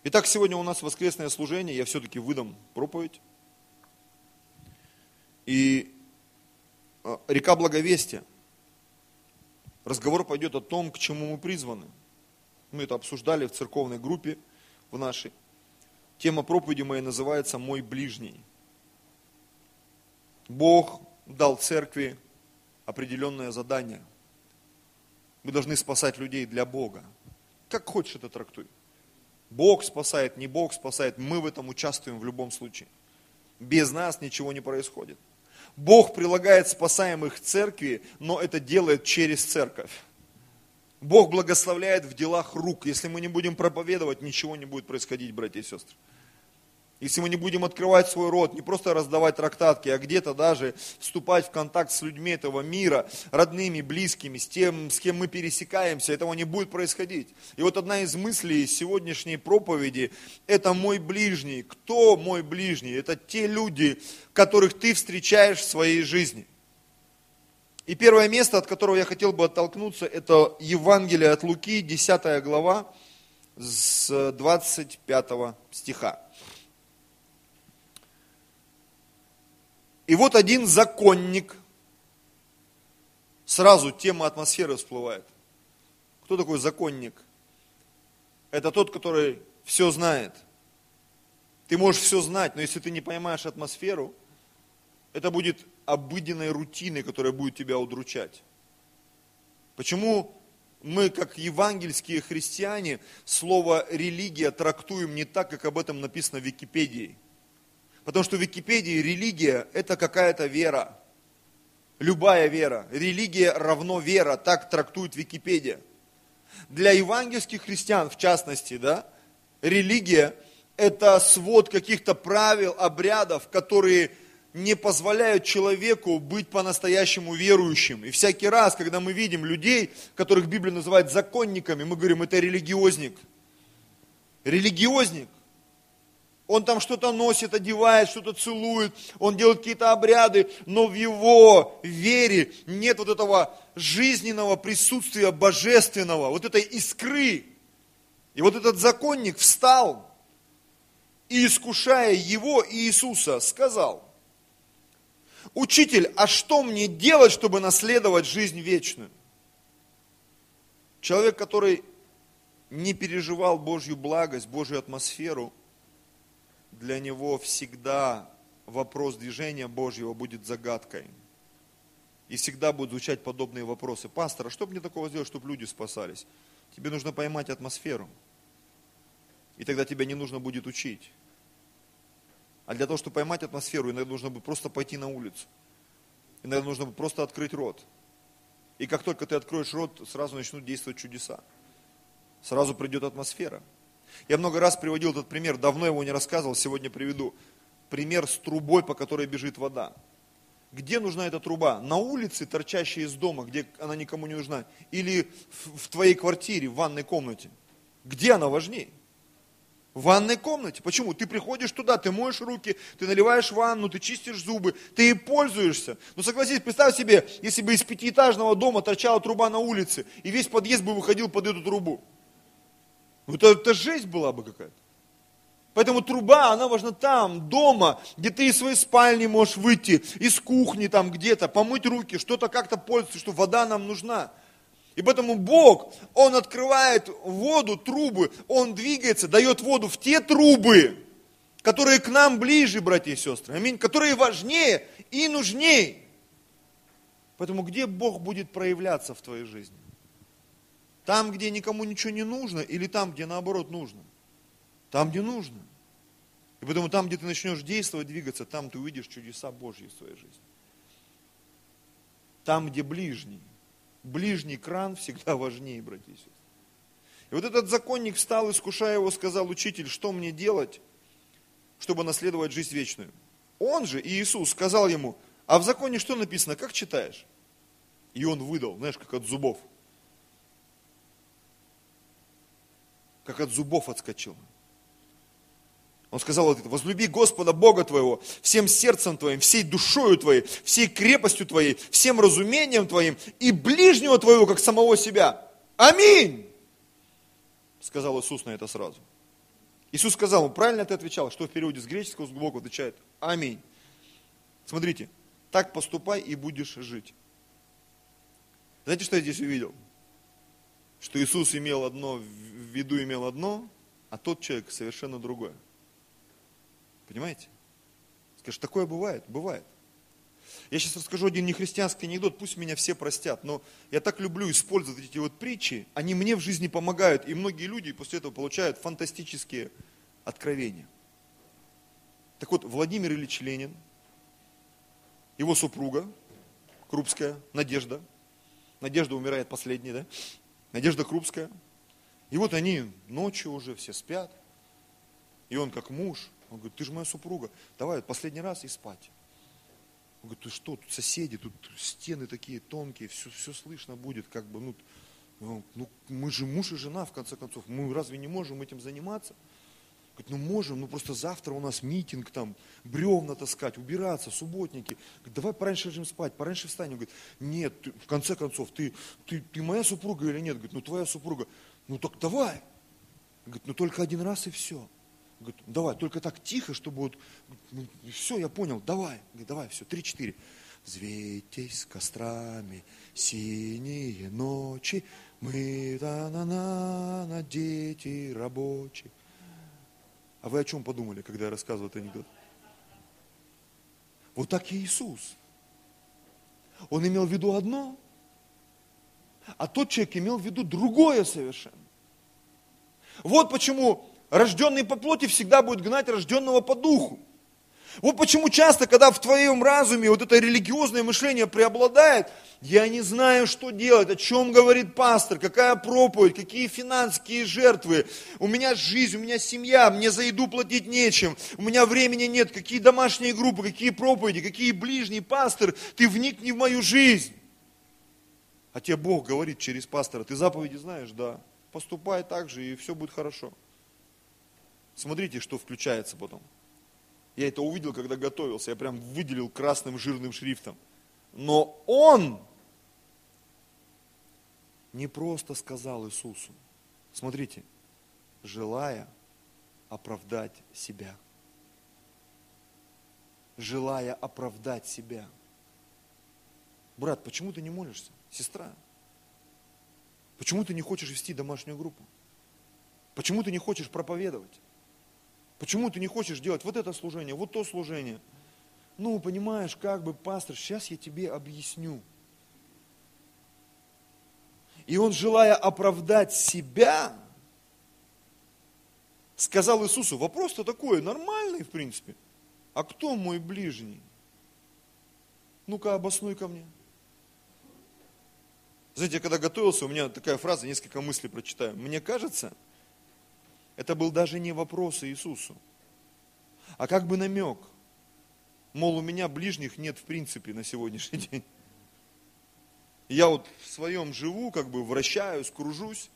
Итак, сегодня у нас воскресное служение, я все-таки выдам проповедь. И река благовестия. Разговор пойдет о том, к чему мы призваны. Мы это обсуждали в церковной группе в нашей. Тема проповеди моей называется «Мой ближний». Бог дал церкви определенное задание. Мы должны спасать людей для Бога. Как хочешь это трактуй. Бог спасает, не Бог спасает, мы в этом участвуем в любом случае. Без нас ничего не происходит. Бог прилагает спасаемых к церкви, но это делает через церковь. Бог благословляет в делах рук. Если мы не будем проповедовать, ничего не будет происходить, братья и сестры. Если мы не будем открывать свой рот, не просто раздавать трактатки, а где-то даже вступать в контакт с людьми этого мира, родными, близкими, с тем, с кем мы пересекаемся, этого не будет происходить. И вот одна из мыслей сегодняшней проповеди – это мой ближний. Кто мой ближний? Это те люди, которых ты встречаешь в своей жизни. И первое место, от которого я хотел бы оттолкнуться, это Евангелие от Луки, 10 глава, с 25 стиха. И вот один законник, сразу тема атмосферы всплывает. Кто такой законник? Это тот, который все знает. Ты можешь все знать, но если ты не поймаешь атмосферу, это будет обыденной рутиной, которая будет тебя удручать. Почему мы, как евангельские христиане, слово «религия» трактуем не так, как об этом написано в Википедии? Потому что в Википедии религия – это какая-то вера. Любая вера. Религия равно вера, так трактует Википедия. Для евангельских христиан, в частности, да, религия – это свод каких-то правил, обрядов, которые не позволяют человеку быть по-настоящему верующим. И всякий раз, когда мы видим людей, которых Библия называет законниками, мы говорим, это религиозник. Религиозник. Он там что-то носит, одевает, что-то целует, он делает какие-то обряды, но в его вере нет вот этого жизненного присутствия божественного, вот этой искры. И вот этот законник встал и, искушая его, Иисуса, сказал: «Учитель, а что мне делать, чтобы наследовать жизнь вечную?» Человек, который не переживал Божью благость, Божью атмосферу, для него всегда вопрос движения Божьего будет загадкой. И всегда будут звучать подобные вопросы. Пастор, а что мне такого сделать, чтобы люди спасались? Тебе нужно поймать атмосферу. И тогда тебя не нужно будет учить. А для того, чтобы поймать атмосферу, иногда нужно будет просто пойти на улицу. Иногда нужно будет просто открыть рот. И как только ты откроешь рот, сразу начнут действовать чудеса. Сразу придет атмосфера. Я много раз приводил этот пример, давно его не рассказывал, сегодня приведу. Пример с трубой, по которой бежит вода. Где нужна эта труба? На улице, торчащей из дома, где она никому не нужна? Или в твоей квартире, в ванной комнате? Где она важнее? В ванной комнате. Почему? Ты приходишь туда, ты моешь руки, ты наливаешь ванну, ты чистишь зубы, ты ей пользуешься. Ну согласись, представь себе, если бы из пятиэтажного дома торчала труба на улице, и весь подъезд бы выходил под эту трубу. Это жесть была бы какая-то. Поэтому труба, она важна там, дома, где ты из своей спальни можешь выйти, из кухни там где-то, помыть руки, что-то как-то пользоваться, что вода нам нужна. И поэтому Бог, Он открывает воду, трубы, Он двигается, дает воду в те трубы, которые к нам ближе, братья и сестры, аминь, которые важнее и нужнее. Поэтому где Бог будет проявляться в твоей жизни? Там, где никому ничего не нужно, или там, где наоборот нужно? Там, где нужно. И поэтому там, где ты начнешь действовать, двигаться, там ты увидишь чудеса Божьи в своей жизни. Там, где ближний. Ближний кран всегда важнее, братья и сестры. И вот этот законник встал, искушая его, сказал: «Учитель, что мне делать, чтобы наследовать жизнь вечную?» Он же, Иисус, сказал ему: «А в законе что написано, как читаешь?» И он выдал, знаешь, как от зубов. Как от зубов отскочил. Он сказал вот это: «Возлюби Господа Бога твоего всем сердцем твоим, всей душою твоей, всей крепостью твоей, всем разумением твоим и ближнего твоего, как самого себя». Аминь! Сказал Иисус на это сразу. Иисус сказал, правильно ты отвечал, что в переводе с греческого, с глубокого отвечает, аминь. Смотрите, так поступай и будешь жить. Знаете, что я здесь увидел? Что Иисус имел одно, в виду имел одно, а тот человек совершенно другое. Понимаете? Скажешь, такое бывает? Бывает. Я сейчас расскажу один нехристианский анекдот, пусть меня все простят, но я так люблю использовать эти вот притчи, они мне в жизни помогают, и многие люди после этого получают фантастические откровения. Так вот, Владимир Ильич Ленин, его супруга, Крупская, Надежда умирает последней, да? Надежда Крупская. И вот они ночью уже все спят, и он как муж, он говорит, ты же моя супруга, давай вот последний раз и спать. Он говорит, ты что, тут соседи, тут стены такие тонкие, все слышно будет, как бы, мы же муж и жена, в конце концов, мы разве не можем этим заниматься? Говорит, можем, просто завтра у нас митинг там, бревна таскать, убираться, субботники. Говорит, давай пораньше ложим спать, пораньше встанем. Говорит, нет, в конце концов, ты моя супруга или нет? Говорит, твоя супруга. Так давай. Говорит, только один раз и все. Говорит, давай, только так тихо, чтобы все, я понял, давай. Говорит, давай, все, 3-4. Взвейтесь кострами синие ночи, мы на дети рабочие. А вы о чем подумали, когда я рассказывал этот анекдот? Вот так и Иисус. Он имел в виду одно, а тот человек имел в виду другое совершенно. Вот почему рожденный по плоти всегда будет гнать рожденного по духу. Вот почему часто, когда в твоем разуме вот это религиозное мышление преобладает, я не знаю, что делать, о чем говорит пастор, какая проповедь, какие финансовые жертвы, у меня жизнь, у меня семья, мне за еду платить нечем, у меня времени нет, какие домашние группы, какие проповеди, какие ближние, пастор, ты вникни в мою жизнь. А тебе Бог говорит через пастора, ты заповеди знаешь? Да. Поступай так же, и все будет хорошо. Смотрите, что включается потом. Я это увидел, когда готовился, я прям выделил красным жирным шрифтом. Но он не просто сказал Иисусу, смотрите, желая оправдать себя. Желая оправдать себя. Брат, почему ты не молишься? Сестра, почему ты не хочешь вести домашнюю группу? Почему ты не хочешь проповедовать? Почему ты не хочешь делать вот это служение, вот то служение? Понимаешь, пастор, сейчас я тебе объясню. И он, желая оправдать себя, сказал Иисусу, вопрос-то такой, нормальный, в принципе. А кто мой ближний? Ну-ка, обоснуй ко мне. Знаете, я когда готовился, у меня такая фраза, несколько мыслей прочитаю. Мне кажется, это был даже не вопрос Иисусу, а как бы намек. Мол, у меня ближних нет в принципе на сегодняшний день. Я вот в своем живу, вращаюсь, кружусь.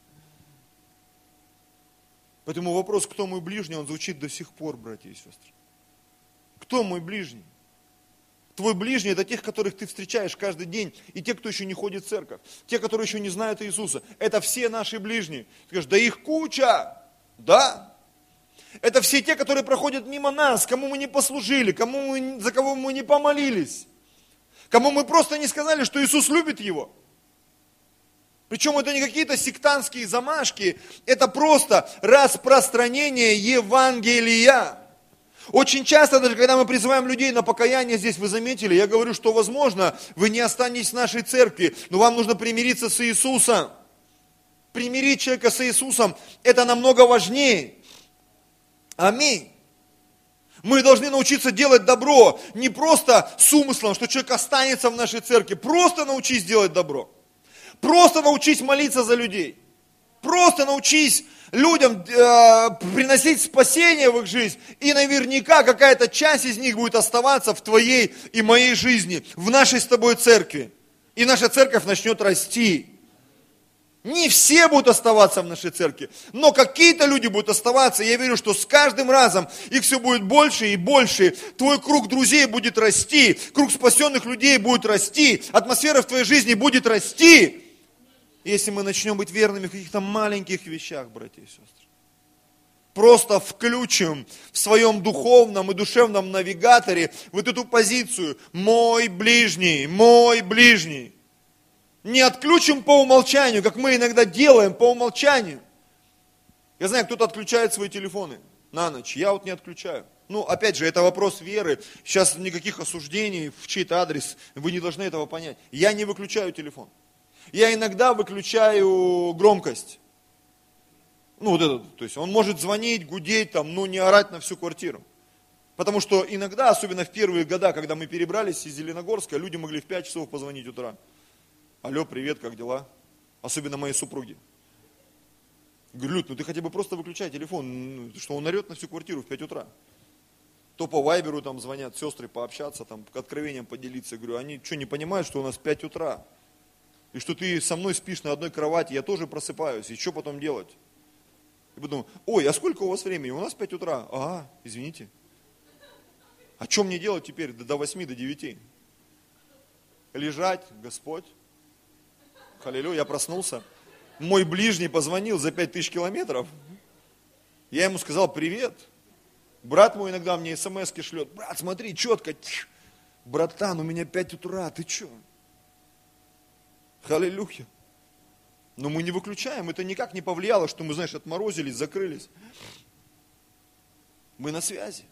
Поэтому вопрос, кто мой ближний, он звучит до сих пор, братья и сестры. Кто мой ближний? Твой ближний – это тех, которых ты встречаешь каждый день, и те, кто еще не ходит в церковь, те, которые еще не знают Иисуса. Это все наши ближние. Ты скажешь, да их куча. Да. Это все те, которые проходят мимо нас, кому мы не послужили, за кого мы не помолились, кому мы просто не сказали, что Иисус любит его. Причем это не какие-то сектантские замашки, это просто распространение Евангелия. Очень часто, даже когда мы призываем людей на покаяние, здесь вы заметили, я говорю, что возможно, вы не останетесь в нашей церкви, но вам нужно примириться с Иисусом. Примирить человека с Иисусом, это намного важнее. Аминь. Мы должны научиться делать добро, не просто с умыслом, что человек останется в нашей церкви, просто научись делать добро. Просто научись молиться за людей. Просто научись людям приносить спасение в их жизнь, и наверняка какая-то часть из них будет оставаться в твоей и моей жизни, в нашей с тобой церкви. И наша церковь начнет расти. Не все будут оставаться в нашей церкви, но какие-то люди будут оставаться. Я верю, что с каждым разом их все будет больше и больше. Твой круг друзей будет расти, круг спасенных людей будет расти, атмосфера в твоей жизни будет расти. Если мы начнем быть верными в каких-то маленьких вещах, братья и сестры. просто включим в своем духовном и душевном навигаторе вот эту позицию «мой ближний, мой ближний». Не отключим по умолчанию, как мы иногда делаем по умолчанию. Я знаю, кто-то отключает свои телефоны на ночь, я вот не отключаю. Ну, опять же, это вопрос веры. Сейчас никаких осуждений в чей-то адрес, вы не должны этого понять. Я не выключаю телефон. Я иногда выключаю громкость. Ну, вот этот, то есть он может звонить, гудеть, там, но не орать на всю квартиру. Потому что иногда, особенно в первые года, когда мы перебрались из Зеленогорска, люди могли в 5 часов позвонить утра. Алло, привет, как дела? Особенно моей супруги. Говорю, Люд, ну ты хотя бы просто выключай телефон, что он орет на всю квартиру в 5 утра. То по вайберу там звонят сестры пообщаться, там, к откровениям поделиться. Говорю, они что, не понимают, что у нас 5 утра? И что ты со мной спишь на одной кровати, я тоже просыпаюсь, и что потом делать? И потом, ой, а сколько у вас времени? У нас 5 утра. Ага, извините. А что мне делать теперь до 8, до 9? Лежать, Господь. Аллилуйя, я проснулся. Мой ближний позвонил за 5000 километров. Я ему сказал привет. Брат мой иногда мне смс-ки шлет. Брат, смотри, четко. Братан, у меня 5 утра, ты что? Аллилуйя. Но мы не выключаем, это никак не повлияло, что мы, знаешь, отморозились, закрылись. Мы на связи.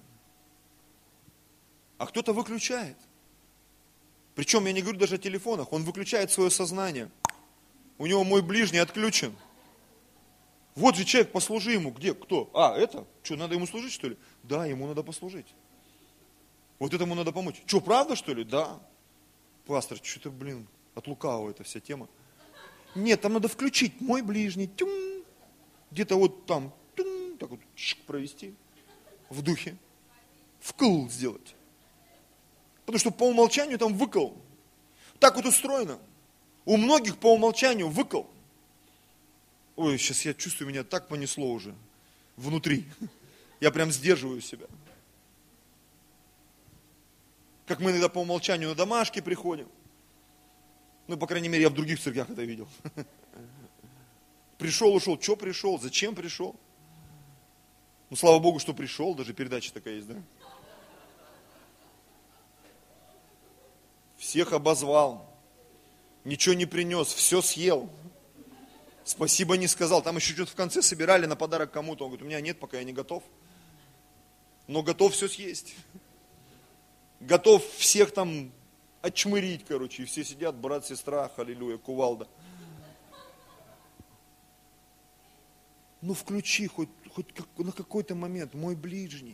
А кто-то выключает. Причем я не говорю даже о телефонах, он выключает свое сознание. У него мой ближний отключен. Вот же человек, послужи ему. Где? Кто? А, это? Что, надо ему служить, что ли? Да, ему надо послужить. Вот этому надо помочь. Что, правда, что ли? Да. Пастор, что-то, от лукавого эта вся тема. Нет, там надо включить мой ближний. Тюм, где-то вот там, тюм, так вот провести в духе. Вкл сделать. Потому что по умолчанию там выкл. Так вот устроено. У многих по умолчанию выкл. Ой, сейчас я чувствую, меня так понесло уже внутри. Я прям сдерживаю себя. Как мы иногда по умолчанию на домашки приходим. Ну, по крайней мере, я в других церквях это видел. Пришел, ушел. Что пришел? Зачем пришел? Ну, слава Богу, что пришел. Даже передача такая есть, да? Всех обозвал. Ничего не принес. Все съел. Спасибо не сказал. Там еще что-то в конце собирали на подарок кому-то. Он говорит, у меня нет, пока я не готов. Но готов все съесть. Готов всех там отчмырить, короче. И все сидят, брат, сестра, аллилуйя, кувалда. Ну включи хоть на какой-то момент, мой ближний.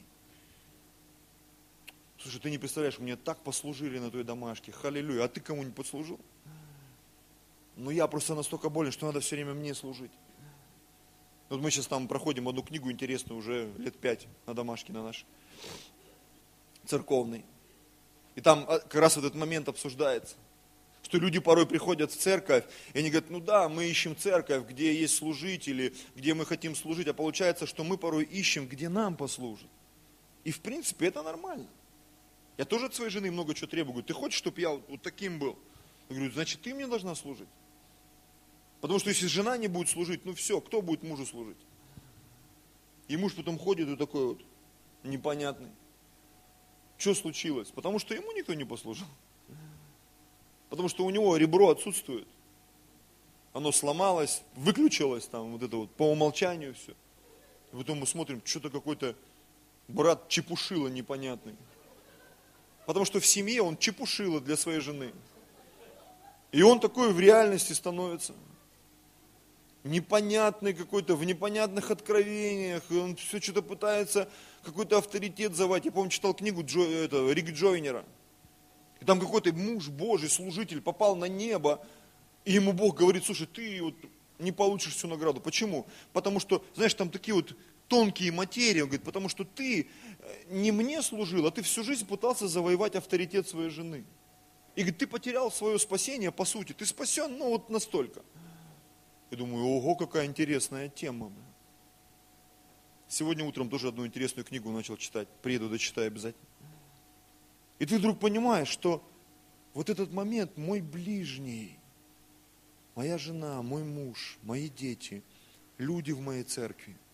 Слушай, ты не представляешь, мне так послужили на той домашке, аллилуйя, а ты кому-нибудь послужил? Ну я просто настолько болен, что надо все время мне служить. Вот мы сейчас там проходим одну книгу интересную, уже лет 5 на домашке на нашей, церковной. И там как раз в этот момент обсуждается, что люди порой приходят в церковь, и они говорят, ну да, мы ищем церковь, где есть служители, где мы хотим служить, а получается, что мы порой ищем, где нам послужат. И в принципе это нормально. Я тоже от своей жены много чего требую. Говорю, ты хочешь, чтобы я вот таким был? Я говорю, значит, ты мне должна служить. Потому что если жена не будет служить, ну все, кто будет мужу служить? И муж потом ходит и такой вот непонятный. Что случилось? Потому что ему никто не послужил. Потому что у него ребро отсутствует. Оно сломалось, выключилось там, вот это вот по умолчанию все. И потом мы смотрим, что-то какой-то брат чепушило непонятный. Потому что в семье он чепушило для своей жены. И он такой в реальности становится. Непонятный какой-то, в непонятных откровениях. И он все что-то пытается какой-то авторитет завать. Я помню, читал книгу Рик Джойнера. И там какой-то муж Божий, служитель, попал на небо. И ему Бог говорит, слушай, ты вот не получишь всю награду. Почему? Потому что, знаешь, там такие вот тонкие материи. Он говорит, потому что ты не мне служил, а ты всю жизнь пытался завоевать авторитет своей жены. И говорит, ты потерял свое спасение, по сути. Ты спасен, ну вот настолько. Я думаю, ого, какая интересная тема. Сегодня утром тоже одну интересную книгу начал читать. Приеду, дочитаю обязательно. И ты вдруг понимаешь, что вот этот момент, мой ближний, моя жена, мой муж, мои дети, люди в моей церкви,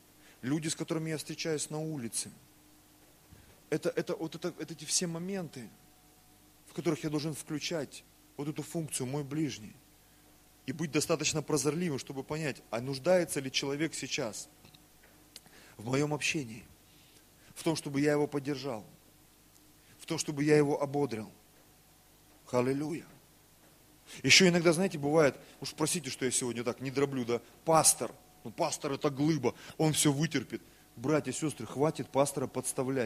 люди, с которыми я встречаюсь на улице. Это эти все моменты, в которых я должен включать вот эту функцию «мой ближний». И быть достаточно прозорливым, чтобы понять, а нуждается ли человек сейчас в моем общении, в том, чтобы я его поддержал, в том, чтобы я его ободрил. Аллилуйя. Еще иногда, знаете, бывает, уж простите, что я сегодня так не дроблю, да, пастор, ну пастор это глыба, он все вытерпит. Братья, сестры, хватит пастора подставлять,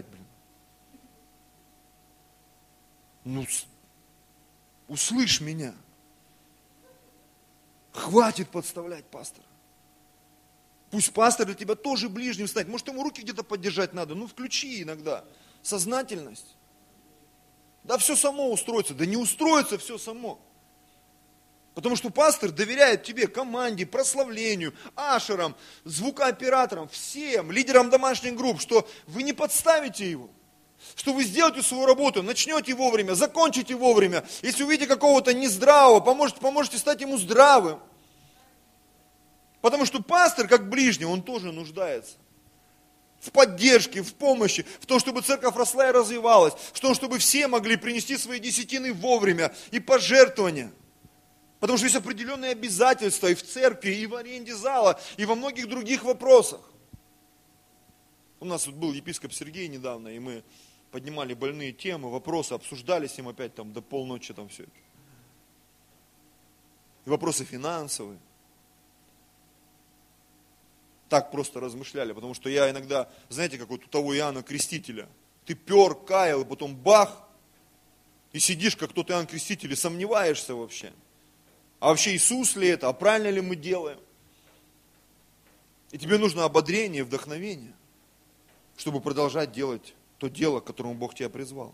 Ну, услышь меня. Хватит подставлять пастора. Пусть пастор для тебя тоже ближним станет. Может, ему руки где-то поддержать надо. Ну, включи иногда сознательность. Да все само устроится. Да не устроится все само. Потому что пастор доверяет тебе, команде, прославлению, ашерам, звукооператорам, всем, лидерам домашних групп, что вы не подставите его. Что вы сделаете свою работу, начнете вовремя, закончите вовремя. Если увидите какого-то нездравого, поможете стать ему здравым. Потому что пастор, как ближний, он тоже нуждается в поддержке, в помощи, в том, чтобы церковь росла и развивалась, в том, чтобы все могли принести свои десятины вовремя и пожертвования. Потому что есть определенные обязательства и в церкви, и в аренде зала, и во многих других вопросах. У нас вот был епископ Сергей недавно, и мы поднимали больные темы, вопросы, обсуждали с ним опять там до полночи там все это. И вопросы финансовые. Так просто размышляли, потому что я иногда, знаете, как вот у того Иоанна Крестителя, ты пер, каял, и потом бах, и сидишь, как тот Иоанн Креститель, и сомневаешься вообще. А вообще Иисус ли это, а правильно ли мы делаем? И тебе нужно ободрение, вдохновение, чтобы продолжать делать то дело, к которому Бог тебя призвал.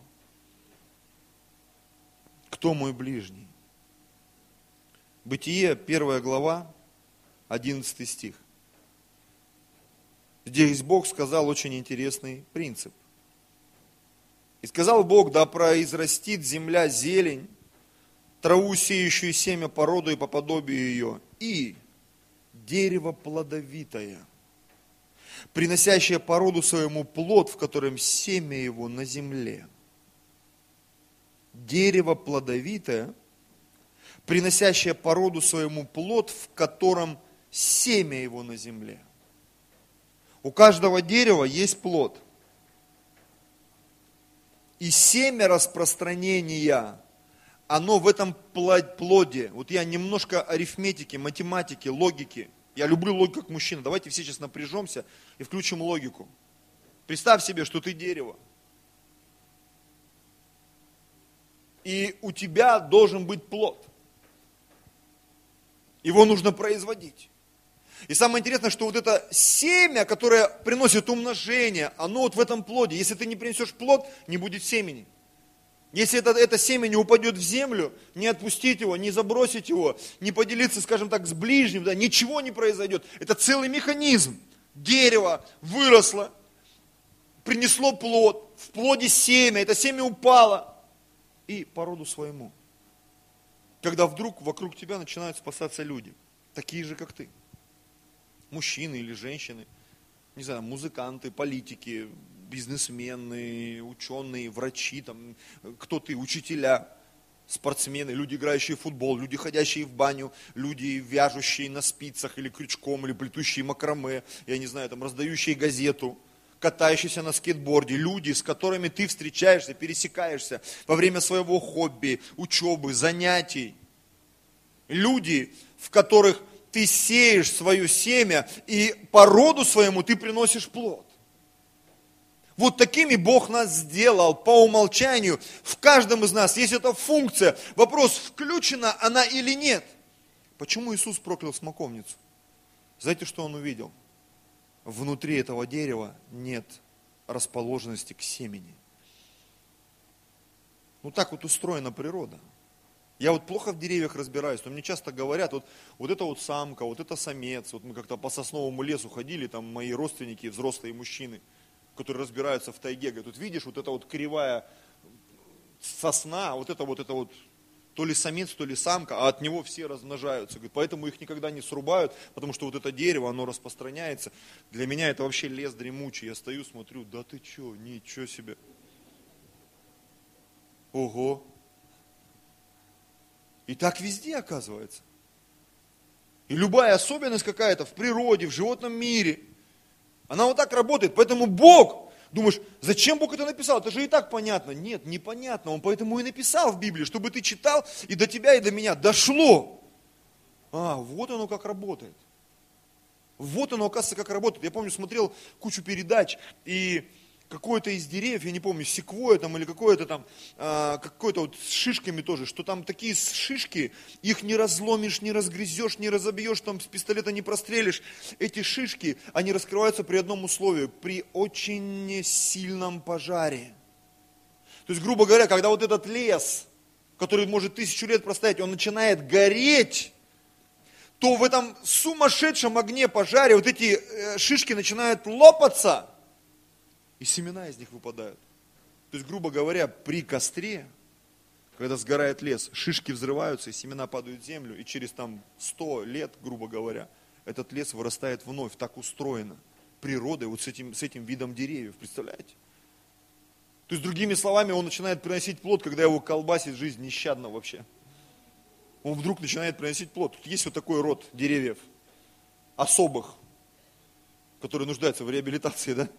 Кто мой ближний? Бытие, 1 глава, 11 стих. Здесь Бог сказал очень интересный принцип. И сказал Бог, да произрастит земля зелень, траву, сеющую семя по роду и по подобию ее, и дерево плодовитое, приносящее по роду своему плод, в котором семя его на земле. Дерево плодовитое, приносящее по роду своему плод, в котором семя его на земле. У каждого дерева есть плод. И семя распространения, оно в этом плоде. Вот я немножко арифметики, математики, логики. Я люблю логику как мужчина. Давайте все сейчас напряжемся и включим логику. Представь себе, что ты дерево. И у тебя должен быть плод. Его нужно производить. И самое интересное, что вот это семя, которое приносит умножение, оно вот в этом плоде. Если ты не принесешь плод, не будет семени. Если это семя не упадет в землю, не отпустить его, не забросить его, не поделиться, скажем так, с ближним, да, ничего не произойдет. Это целый механизм. Дерево выросло, принесло плод, в плоде семя, это семя упало. И по роду своему. Когда вдруг вокруг тебя начинают спасаться люди, такие же, как ты. Мужчины или женщины, не знаю, музыканты, политики, бизнесмены, ученые, врачи, там, кто ты, учителя, спортсмены, люди, играющие в футбол, люди, ходящие в баню, люди, вяжущие на спицах или крючком, или плетущие макраме, я не знаю, там, раздающие газету, катающиеся на скейтборде, люди, с которыми ты встречаешься, пересекаешься во время своего хобби, учебы, занятий. Люди, в которых ты сеешь свое семя, и по роду своему ты приносишь плод. Вот такими Бог нас сделал по умолчанию. В каждом из нас есть эта функция. Вопрос, включена она или нет. Почему Иисус проклял смоковницу? Знаете, что Он увидел? Внутри этого дерева нет расположенности к семени. Ну так вот устроена природа. Я вот плохо в деревьях разбираюсь, но мне часто говорят, вот это вот самка, вот это самец. Вот мы как-то по сосновому лесу ходили, там мои родственники, взрослые мужчины, которые разбираются в тайге, говорят, вот видишь, вот эта вот кривая сосна, вот это вот То ли самец, то ли самка, а от него все размножаются. Говорит, поэтому их никогда не срубают, потому что вот это дерево, оно распространяется. Для меня это вообще лес дремучий. Я стою, смотрю, да ты че, ничего себе. Ого. И так везде оказывается. И любая особенность какая-то в природе, в животном мире, она вот так работает. Поэтому Бог, думаешь, зачем Бог это написал? Это же и так понятно. Нет, непонятно. Он поэтому и написал в Библии, чтобы ты читал, и до тебя, и до меня дошло. Вот оно как работает. Вот оно, оказывается, как работает. Я помню, смотрел кучу передач, и какое-то из деревьев, я не помню, секвойя там или какое-то там, какое-то вот с шишками тоже, что там такие шишки, их не разломишь, не разгрызешь, не разобьешь, там с пистолета не прострелишь. Эти шишки, они раскрываются при одном условии, при очень сильном пожаре. То есть, грубо говоря, когда вот этот лес, который может 1000 лет простоять, он начинает гореть, то в этом сумасшедшем огне пожаре вот эти шишки начинают лопаться, и семена из них выпадают. То есть, грубо говоря, при костре, когда сгорает лес, шишки взрываются, и семена падают в землю, и через там 100 лет, грубо говоря, этот лес вырастает вновь. Так устроено природой, вот с этим видом деревьев, представляете? То есть, другими словами, он начинает приносить плод, когда его колбасит жизнь нещадно вообще. Он вдруг начинает приносить плод. Тут есть вот такой род деревьев, особых, которые нуждаются в реабилитации, да?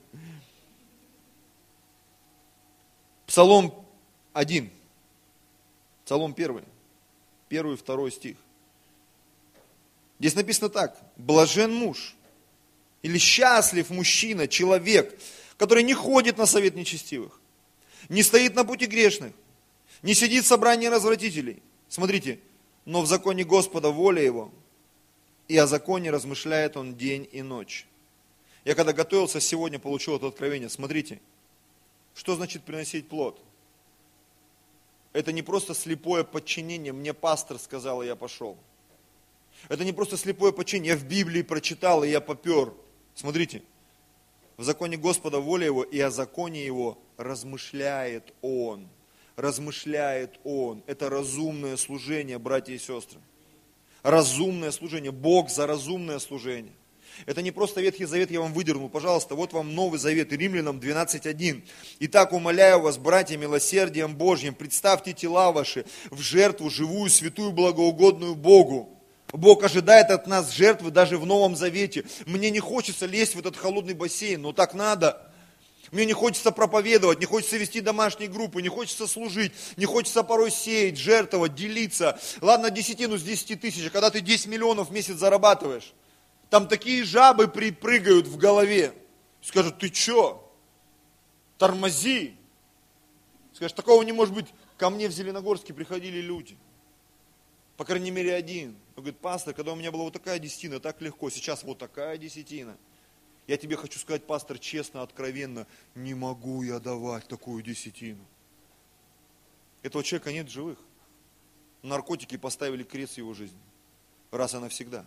Псалом 1, Псалом 1, 1 и 2 стих. Здесь написано так: блажен муж или счастлив мужчина, человек, который не ходит на совет нечестивых, не стоит на пути грешных, не сидит в собрании развратителей. Смотрите, но в законе Господа воля его, и о законе размышляет он день и ночь. Я когда готовился сегодня, получил это откровение. Смотрите, что значит приносить плод? Это не просто слепое подчинение. Мне пастор сказал, и я пошел. Это не просто слепое подчинение. Я в Библии прочитал, и я попер. Смотрите, в законе Господа воля его, и о законе его размышляет он. Размышляет он. Это разумное служение, братья и сестры. Разумное служение. Бог за разумное служение. Это не просто Ветхий Завет, я вам выдернул, пожалуйста, вот вам Новый Завет, Римлянам 12:1. Итак, умоляю вас, братья, милосердием Божьим, представьте тела ваши в жертву живую, святую, благоугодную Богу. Бог ожидает от нас жертвы даже в Новом Завете. Мне не хочется лезть в этот холодный бассейн, но так надо. Мне не хочется проповедовать, не хочется вести домашние группы, не хочется служить, не хочется порой сеять, жертвовать, делиться. Ладно, десятину с 10 тысяч, а когда ты 10 миллионов в месяц зарабатываешь, там такие жабы прыгают в голове. Скажут, ты что? Тормози. Скажешь, такого не может быть. Ко мне в Зеленогорске приходили люди. По крайней мере, один. Он говорит, пастор, когда у меня была вот такая десятина, так легко. Сейчас вот такая десятина. Я тебе хочу сказать, пастор, честно, откровенно, не могу я давать такую десятину. Этого человека нет в живых. Наркотики поставили крест в его жизни. Раз и навсегда.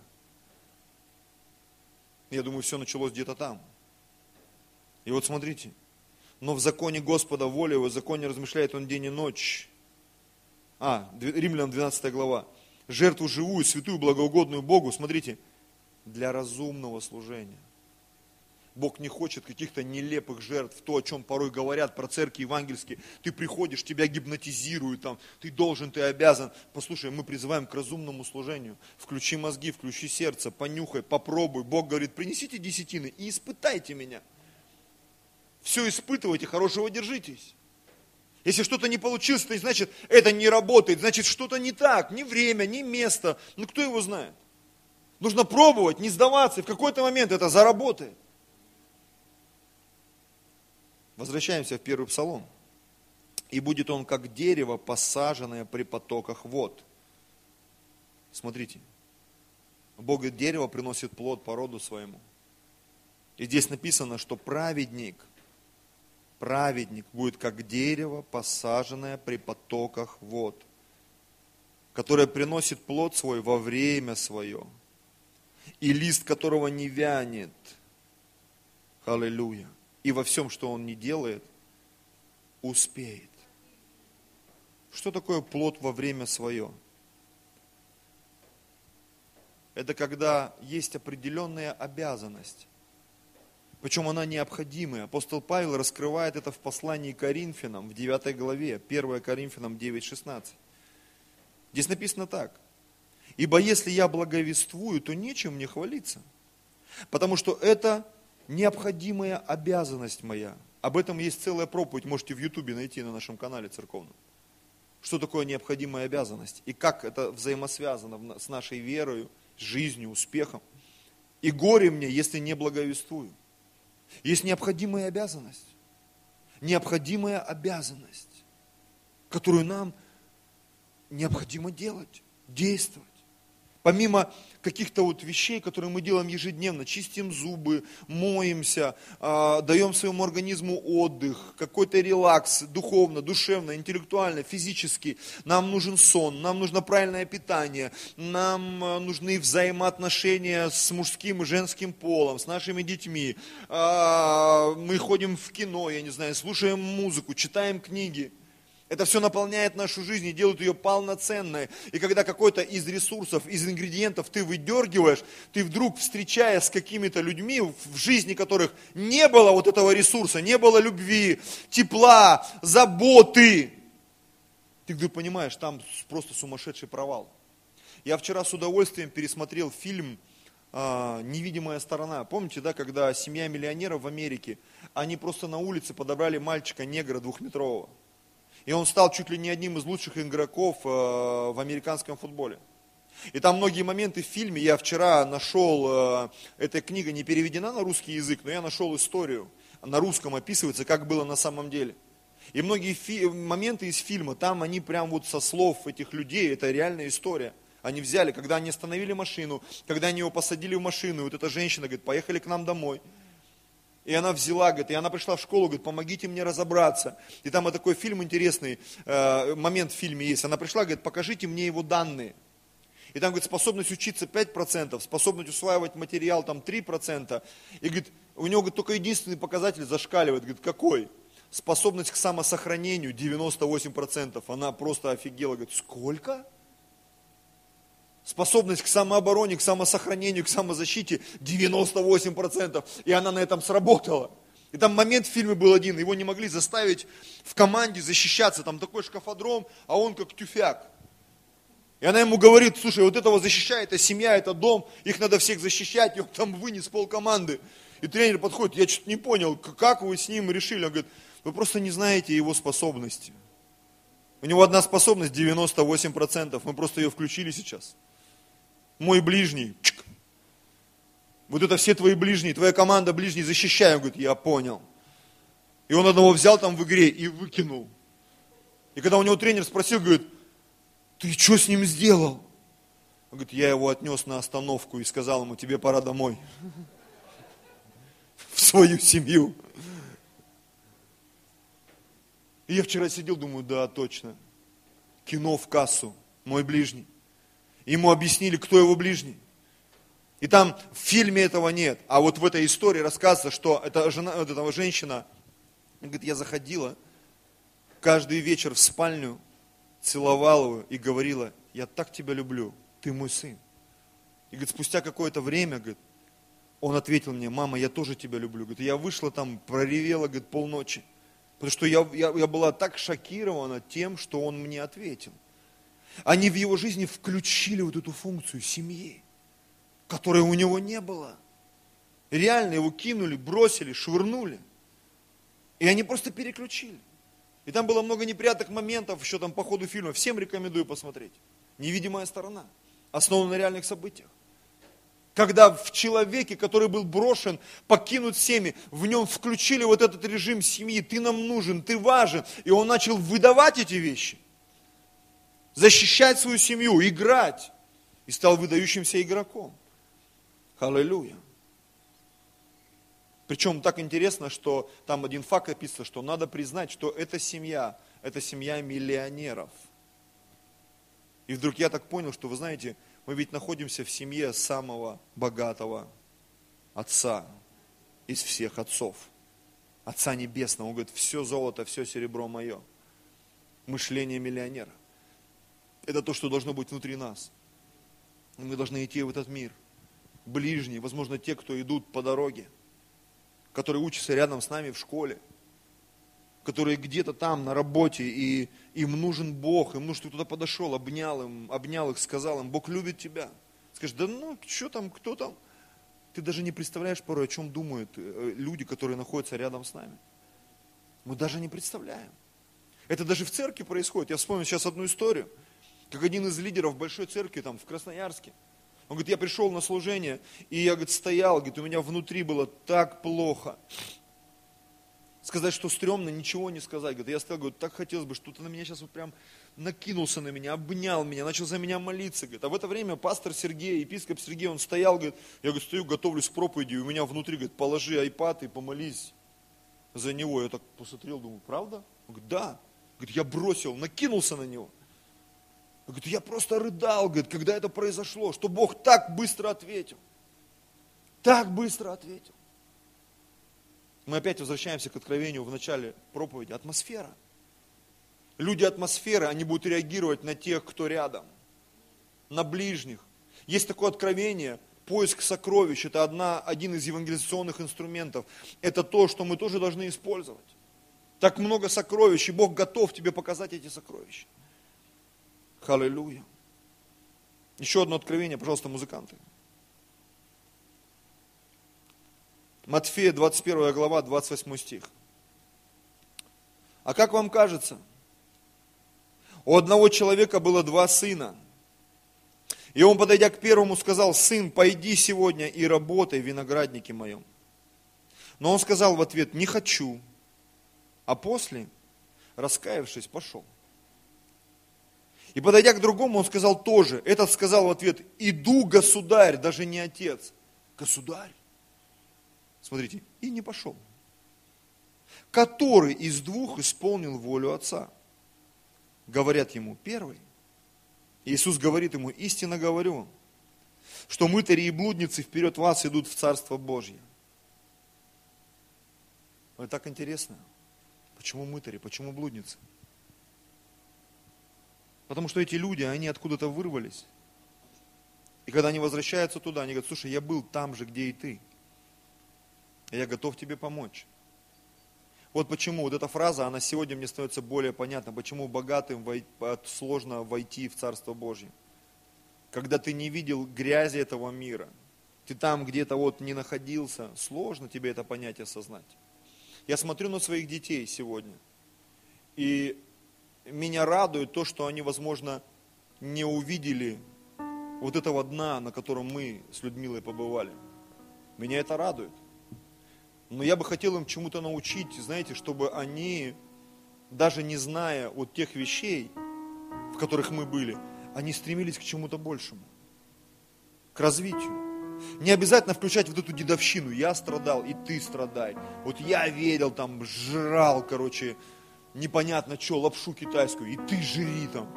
Я думаю, все началось где-то там. И вот смотрите. Но в законе Господа воля его, в законе размышляет он день и ночь. Римлянам 12 глава. Жертву живую, святую, благоугодную Богу, смотрите, для разумного служения. Бог не хочет каких-то нелепых жертв, то, о чем порой говорят про церкви евангельские. Ты приходишь, тебя гипнотизируют, там, ты должен, ты обязан. Послушай, мы призываем к разумному служению. Включи мозги, включи сердце, понюхай, попробуй. Бог говорит, принесите десятины и испытайте меня. Все испытывайте, хорошего держитесь. Если что-то не получилось, то значит, это не работает, значит, что-то не так, ни время, ни место. Ну, кто его знает? Нужно пробовать, не сдаваться, и в какой-то момент это заработает. Возвращаемся в первый Псалом. И будет он как дерево, посаженное при потоках вод. Смотрите. Бог говорит, дерево приносит плод по роду своему. И здесь написано, что праведник будет как дерево, посаженное при потоках вод, которое приносит плод свой во время свое, и лист которого не вянет. Аллилуйя. И во всем, что он не делает, успеет. Что такое плод во время свое? Это когда есть определенная обязанность. Причем она необходимая. Апостол Павел раскрывает это в послании к Коринфянам, в 9 главе, 1 Коринфянам 9:16. Здесь написано так. «Ибо если я благовествую, то нечем мне хвалиться, потому что это необходимая обязанность моя». Об этом есть целая проповедь, можете в Ютубе найти на нашем канале церковном. Что такое необходимая обязанность и как это взаимосвязано с нашей верой, с жизнью, успехом. «И горе мне, если не благовествую». Есть необходимая обязанность. Необходимая обязанность, которую нам необходимо делать, действовать. Помимо каких-то вот вещей, которые мы делаем ежедневно, чистим зубы, моемся, даем своему организму отдых, какой-то релакс, духовно, душевно, интеллектуально, физически. Нам нужен сон, нам нужно правильное питание, нам нужны взаимоотношения с мужским и женским полом, с нашими детьми. Мы ходим в кино, я не знаю, слушаем музыку, читаем книги. Это все наполняет нашу жизнь и делает ее полноценной. И когда какой-то из ресурсов, из ингредиентов ты выдергиваешь, ты вдруг, встречаясь с какими-то людьми, в жизни которых не было вот этого ресурса, не было любви, тепла, заботы, ты вдруг понимаешь, там просто сумасшедший провал. Я вчера с удовольствием пересмотрел фильм «Невидимая сторона». Помните, да, когда семья миллионеров в Америке, они просто на улице подобрали мальчика-негра 2-метрового. И он стал чуть ли не одним из лучших игроков в американском футболе. И там многие моменты в фильме, я вчера нашел, эта книга не переведена на русский язык, но я нашел историю, на русском описывается, как было на самом деле. И многие моменты из фильма, там они прям вот со слов этих людей, это реальная история. Они взяли, когда они остановили машину, когда они его посадили в машину, и вот эта женщина говорит, поехали к нам домой. И она взяла, говорит, и она пришла в школу, говорит, помогите мне разобраться. И там такой фильм интересный, момент в фильме есть. Она пришла, говорит, покажите мне его данные. И там, говорит, способность учиться 5%, способность усваивать материал там 3%. И, говорит, у него, говорит, только единственный показатель зашкаливает. Говорит, какой? Способность к самосохранению 98%. Она просто офигела, говорит, сколько? Способность к самообороне, к самосохранению, к самозащите 98%. И она на этом сработала. И там момент в фильме был один, его не могли заставить в команде защищаться. Там такой шкафодром, а он как тюфяк. И она ему говорит, слушай, вот этого защищай, это семья, это дом, их надо всех защищать. И он там вынес полкоманды. И тренер подходит, я что-то не понял, как вы с ним решили. Он говорит, вы просто не знаете его способности. У него одна способность 98%, мы просто ее включили сейчас. Мой ближний, чик. Вот это все твои ближние, твоя команда ближний, защищай. Он говорит, я понял. И он одного взял там в игре и выкинул. И когда у него тренер спросил, говорит, ты что с ним сделал? Он говорит, я его отнес на остановку и сказал ему, тебе пора домой. В свою семью. И я вчера сидел, думаю, да, точно. Кино в кассу, мой ближний. Ему объяснили, кто его ближний. И там в фильме этого нет. А вот в этой истории рассказывается, что эта женщина, говорит, я заходила каждый вечер в спальню, целовала его и говорила, я так тебя люблю, ты мой сын. И говорит, спустя какое-то время, говорит, он ответил мне, мама, я тоже тебя люблю. Говорит, я вышла там, проревела, говорит, полночи. Потому что я была так шокирована тем, что он мне ответил. Они в его жизни включили вот эту функцию семьи, которой у него не было. Реально его кинули, бросили, швырнули. И они просто переключили. И там было много неприятных моментов еще там по ходу фильма. Всем рекомендую посмотреть. «Невидимая сторона», основана на реальных событиях. Когда в человеке, который был брошен, покинут всеми, в нем включили вот этот режим семьи. Ты нам нужен, ты важен. И он начал выдавать эти вещи. Защищать свою семью, играть. И стал выдающимся игроком. Аллилуйя. Причем так интересно, что там один факт описан, что надо признать, что эта семья миллионеров. И вдруг я так понял, что, вы знаете, мы ведь находимся в семье самого богатого отца из всех отцов. Отца Небесного. Он говорит, все золото, все серебро мое. мышление миллионера. Это то, что должно быть внутри нас. И мы должны идти в этот мир. Ближние, возможно, те, кто идут по дороге, которые учатся рядом с нами в школе, которые где-то там на работе, и им нужен Бог, им нужно, чтобы кто-то подошел, обнял их, сказал им: Бог любит тебя. Скажешь: да ну, что там, кто там? Ты даже не представляешь порой, о чем думают люди, которые находятся рядом с нами. Мы даже не представляем. Это даже в церкви происходит. Я вспомнил сейчас одну историю, как один из лидеров большой церкви там в Красноярске. Он говорит: я пришел на служение, и я, говорит, стоял, говорит, у меня внутри было так плохо. Сказать, что стрёмно, ничего не сказать. Говорит, я стоял, говорит, так хотелось бы, что-то на меня сейчас вот прям накинулся на меня, обнял меня, начал за меня молиться. Говорит, а в это время пастор Сергей, епископ Сергей, он стоял, говорит, я, говорит, стою, готовлюсь к проповеди, и у меня внутри, говорит, положи айпад и помолись за него. Я так посмотрел, думаю, правда? Он говорит, да. Говорит, я бросил, накинулся на него. Говорит, я просто рыдал, говорит, когда это произошло, что Бог так быстро ответил. Так быстро ответил. Мы опять возвращаемся к откровению в начале проповеди. Атмосфера. Люди атмосферы, они будут реагировать на тех, кто рядом, на ближних. Есть такое откровение, поиск сокровищ, это один из евангелизационных инструментов. Это то, что мы тоже должны использовать. Так много сокровищ, и Бог готов тебе показать эти сокровища. Аллилуйя. Еще одно откровение, пожалуйста, музыканты. Матфея, 21 глава, 28 стих. А как вам кажется, у одного человека было 2 сына. И он, подойдя к первому, сказал: сын, пойди сегодня и работай в винограднике моем. Но он сказал в ответ: не хочу. А после, раскаявшись, пошел. И подойдя к другому, он сказал тоже. Этот сказал в ответ: иду, государь, даже не отец. Государь. Смотрите, и не пошел. Который из 2 исполнил волю отца? Говорят ему: первый. Иисус говорит ему: истинно говорю, что мытари и блудницы вперед вас идут в Царство Божье. Это так интересно. Почему мытари, почему блудницы? Потому что эти люди, они откуда-то вырвались. И когда они возвращаются туда, они говорят: слушай, я был там же, где и ты. И я готов тебе помочь. Вот почему вот эта фраза, она сегодня мне становится более понятна, почему богатым сложно войти в Царство Божье. Когда ты не видел грязи этого мира, ты там где-то вот не находился, сложно тебе это понять и осознать. Я смотрю на своих детей сегодня, и меня радует то, что они, возможно, не увидели вот этого дна, на котором мы с Людмилой побывали. Меня это радует. Но я бы хотел им чему-то научить, знаете, чтобы они, даже не зная вот тех вещей, в которых мы были, они стремились к чему-то большему, к развитию. Не обязательно включать вот эту дедовщину. Я страдал, и ты страдай. Вот я верил, там, жрал, непонятно что, лапшу китайскую, и ты жри там.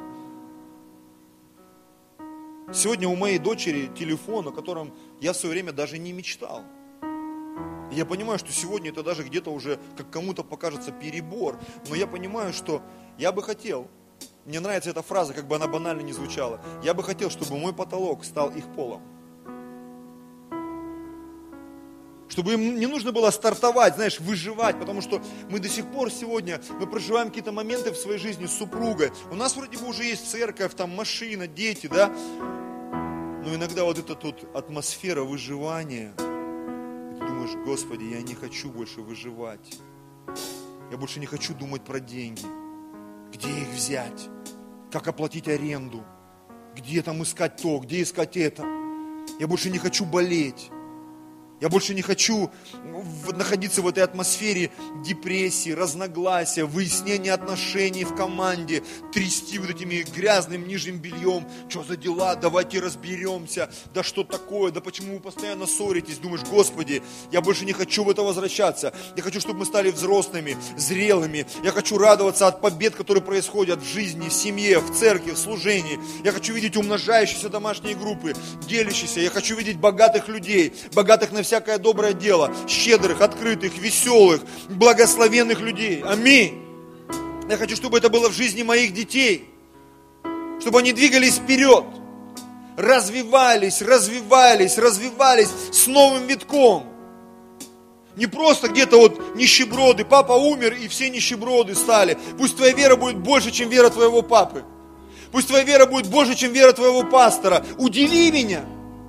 Сегодня у моей дочери телефон, о котором я в свое время даже не мечтал. И я понимаю, что сегодня это даже где-то уже, как кому-то покажется, перебор. Но я понимаю, что я бы хотел, мне нравится эта фраза, как бы она банально не звучала, я бы хотел, чтобы мой потолок стал их полом. Чтобы им не нужно было стартовать, знаешь, выживать, потому что мы до сих пор сегодня, мы проживаем какие-то моменты в своей жизни с супругой. У нас вроде бы уже есть церковь, там машина, дети, да? Но иногда вот эта тут атмосфера выживания, и ты думаешь: Господи, я не хочу больше выживать. Я больше не хочу думать про деньги. Где их взять? Как оплатить аренду? Где там искать то, где искать это? Я больше не хочу болеть. Я больше не хочу находиться в этой атмосфере депрессии, разногласия, выяснения отношений в команде, трясти вот этими грязным нижним бельем. Что за дела? Давайте разберемся. Да что такое? Да почему вы постоянно ссоритесь? Думаешь: Господи, я больше не хочу в это возвращаться. Я хочу, чтобы мы стали взрослыми, зрелыми. Я хочу радоваться от побед, которые происходят в жизни, в семье, в церкви, в служении. Я хочу видеть умножающиеся домашние группы, делящиеся. Я хочу видеть богатых людей, богатых на всякое доброе дело, щедрых, открытых, веселых, благословенных людей. Аминь. Я хочу, чтобы это было в жизни моих детей. Чтобы они двигались вперед. Развивались с новым витком. Не просто где-то вот нищеброды, папа умер и все нищеброды стали. Пусть твоя вера будет больше, чем вера твоего папы. Пусть твоя вера будет больше, чем вера твоего пастора. Удиви меня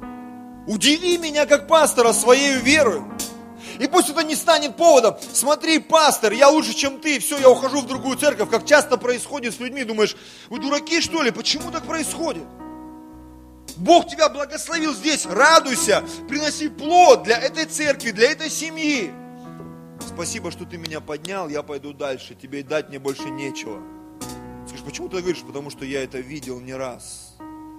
как пастора своей верой. И пусть это не станет поводом, смотри, пастор, я лучше, чем ты, все, я ухожу в другую церковь, как часто происходит с людьми, думаешь, вы дураки что ли, почему так происходит? Бог тебя благословил здесь, радуйся, приноси плод для этой церкви, для этой семьи. Спасибо, что ты меня поднял, я пойду дальше, тебе и дать мне больше нечего. Скажешь, почему ты говоришь? Потому что я это видел не раз.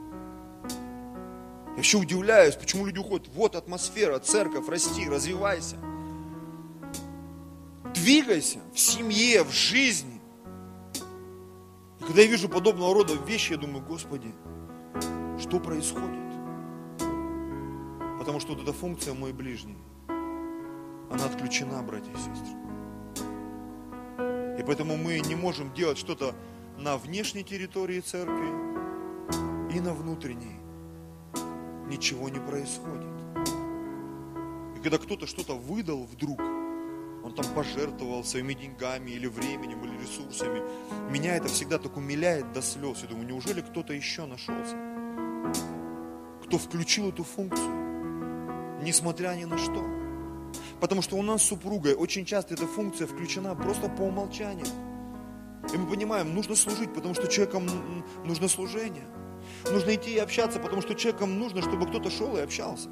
Я еще удивляюсь, почему люди уходят. Вот атмосфера, церковь, расти, развивайся. Двигайся в семье, в жизни. И когда я вижу подобного рода вещи, я думаю, Господи, что происходит? Потому что вот эта функция «мой ближний», она отключена, братья и сестры. И поэтому мы не можем делать что-то на внешней территории церкви и на внутренней. Ничего не происходит. И когда кто-то что-то выдал вдруг, он там пожертвовал своими деньгами или временем, или ресурсами, меня это всегда так умиляет до слез. Я думаю, неужели кто-то еще нашелся, кто включил эту функцию, несмотря ни на что? Потому что у нас с супругой очень часто эта функция включена просто по умолчанию. И мы понимаем, нужно служить, потому что человеком нужно служение. Нужно идти и общаться, потому что человеком нужно, чтобы кто-то шел и общался.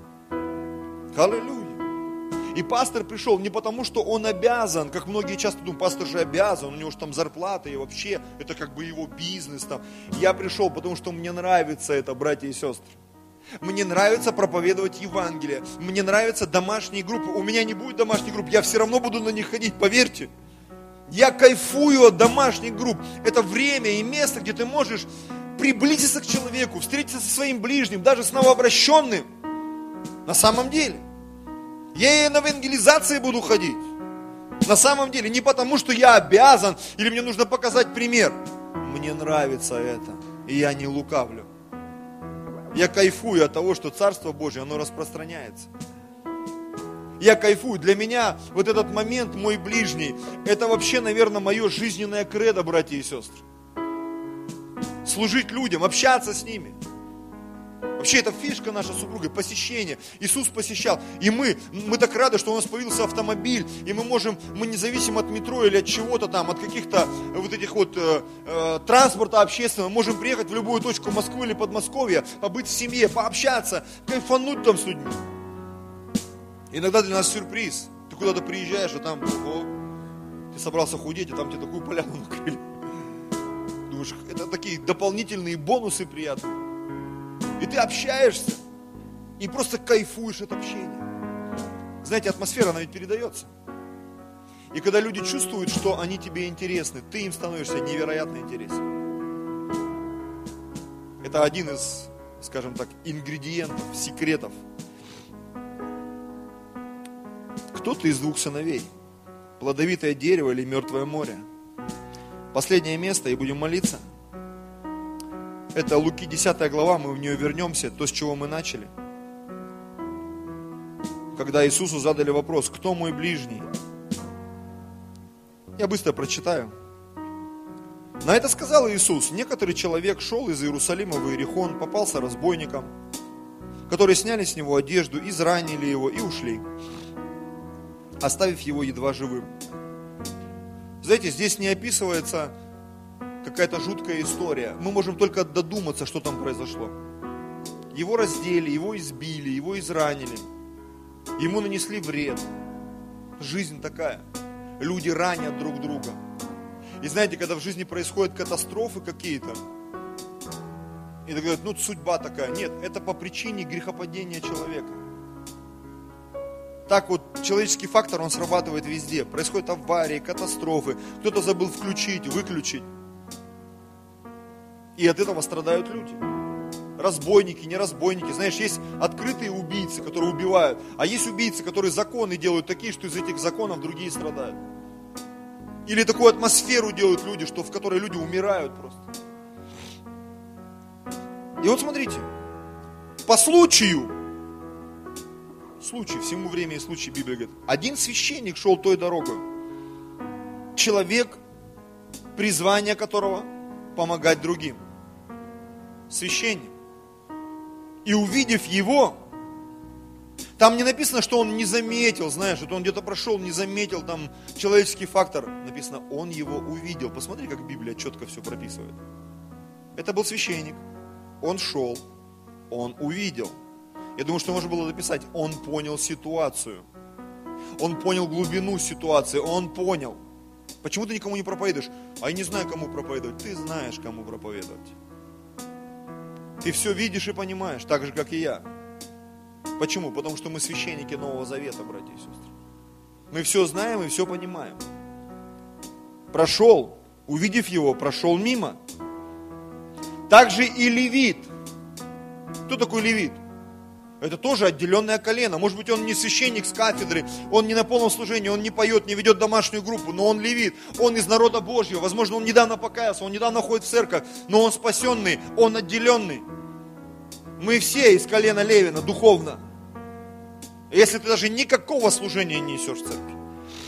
Аллилуйя. И пастор пришел не потому, что он обязан, как многие часто думают, пастор же обязан, у него же там зарплата, и вообще это как бы его бизнес. Там. Я пришел, потому что мне нравится это, братья и сестры. Мне нравится проповедовать Евангелие. Мне нравятся домашние группы. У меня не будет домашних групп, я все равно буду на них ходить, поверьте. Я кайфую от домашних групп. Это время и место, где ты можешь приблизиться к человеку, встретиться со своим ближним, даже с новообращенным. На самом деле. Я и на евангелизации буду ходить. На самом деле. Не потому, что я обязан, или мне нужно показать пример. Мне нравится это. И я не лукавлю. Я кайфую от того, что Царство Божие, оно распространяется. Я кайфую. Для меня вот этот момент, мой ближний, это вообще, наверное, мое жизненное кредо, братья и сестры. Служить людям, общаться с ними. Вообще, это фишка наша с супругой, посещение. Иисус посещал. И мы так рады, что у нас появился автомобиль, и мы не зависим от метро или от чего-то там, от каких-то вот этих вот транспорта общественного, можем приехать в любую точку Москвы или Подмосковья, побыть в семье, пообщаться, кайфануть там с людьми. Иногда для нас сюрприз. Ты куда-то приезжаешь, а там, ты собрался худеть, а там тебе такую поляну накрыли. Думаешь, это такие дополнительные бонусы приятные. И ты общаешься, и просто кайфуешь от общения. Знаете, атмосфера, она ведь передается. И когда люди чувствуют, что они тебе интересны, ты им становишься невероятно интересен. Это один из, скажем так, ингредиентов, секретов. Кто ты из двух сыновей? Плодовитое дерево или мертвое море? Последнее место, и будем молиться. Это Луки 10 глава, мы в нее вернемся, то, с чего мы начали. Когда Иисусу задали вопрос, кто мой ближний? Я быстро прочитаю. На это сказал Иисус, некоторый человек шел из Иерусалима в Иерихон, попался разбойникам, которые сняли с него одежду, изранили его и ушли, оставив его едва живым. Знаете, здесь не описывается какая-то жуткая история. Мы можем только додуматься, что там произошло. Его раздели, его избили, его изранили. Ему нанесли вред. Жизнь такая. Люди ранят друг друга. И знаете, когда в жизни происходят катастрофы какие-то, и так говорят, судьба такая. Нет, это по причине грехопадения человека. Так вот, человеческий фактор, он срабатывает везде. Происходят аварии, катастрофы. Кто-то забыл включить, выключить. И от этого страдают люди. Разбойники, неразбойники. Знаешь, есть открытые убийцы, которые убивают. А есть убийцы, которые законы делают такие, что из этих законов другие страдают. Или такую атмосферу делают люди, что в которой люди умирают просто. И вот смотрите, по случаю, всему время и случай, Библия говорит, один священник шел той дорогой. Человек, призвание которого помогать другим. Священник. И увидев его, там не написано, что он не заметил, знаешь, это он где-то прошел, не заметил, там человеческий фактор. Написано, он его увидел. Посмотри, как Библия четко все прописывает. Это был священник, он шел, он увидел. Я думаю, что можно было написать, он понял ситуацию. Он понял глубину ситуации, он понял. Почему ты никому не проповедуешь? А я не знаю, кому проповедовать. Ты знаешь, кому проповедовать. Ты все видишь и понимаешь, так же, как и я. Почему? Потому что мы священники Нового Завета, братья и сестры. Мы все знаем и все понимаем. Прошел, увидев его, прошел мимо. Также и левит. Кто такой левит? Это тоже отделенное колено. Может быть, он не священник с кафедры, он не на полном служении, он не поет, не ведет домашнюю группу, но он левит, он из народа Божьего. Возможно, он недавно покаялся, он недавно ходит в церковь, но он спасенный, он отделенный. Мы все из колена Левина, духовно. Если ты даже никакого служения не несешь в церкви.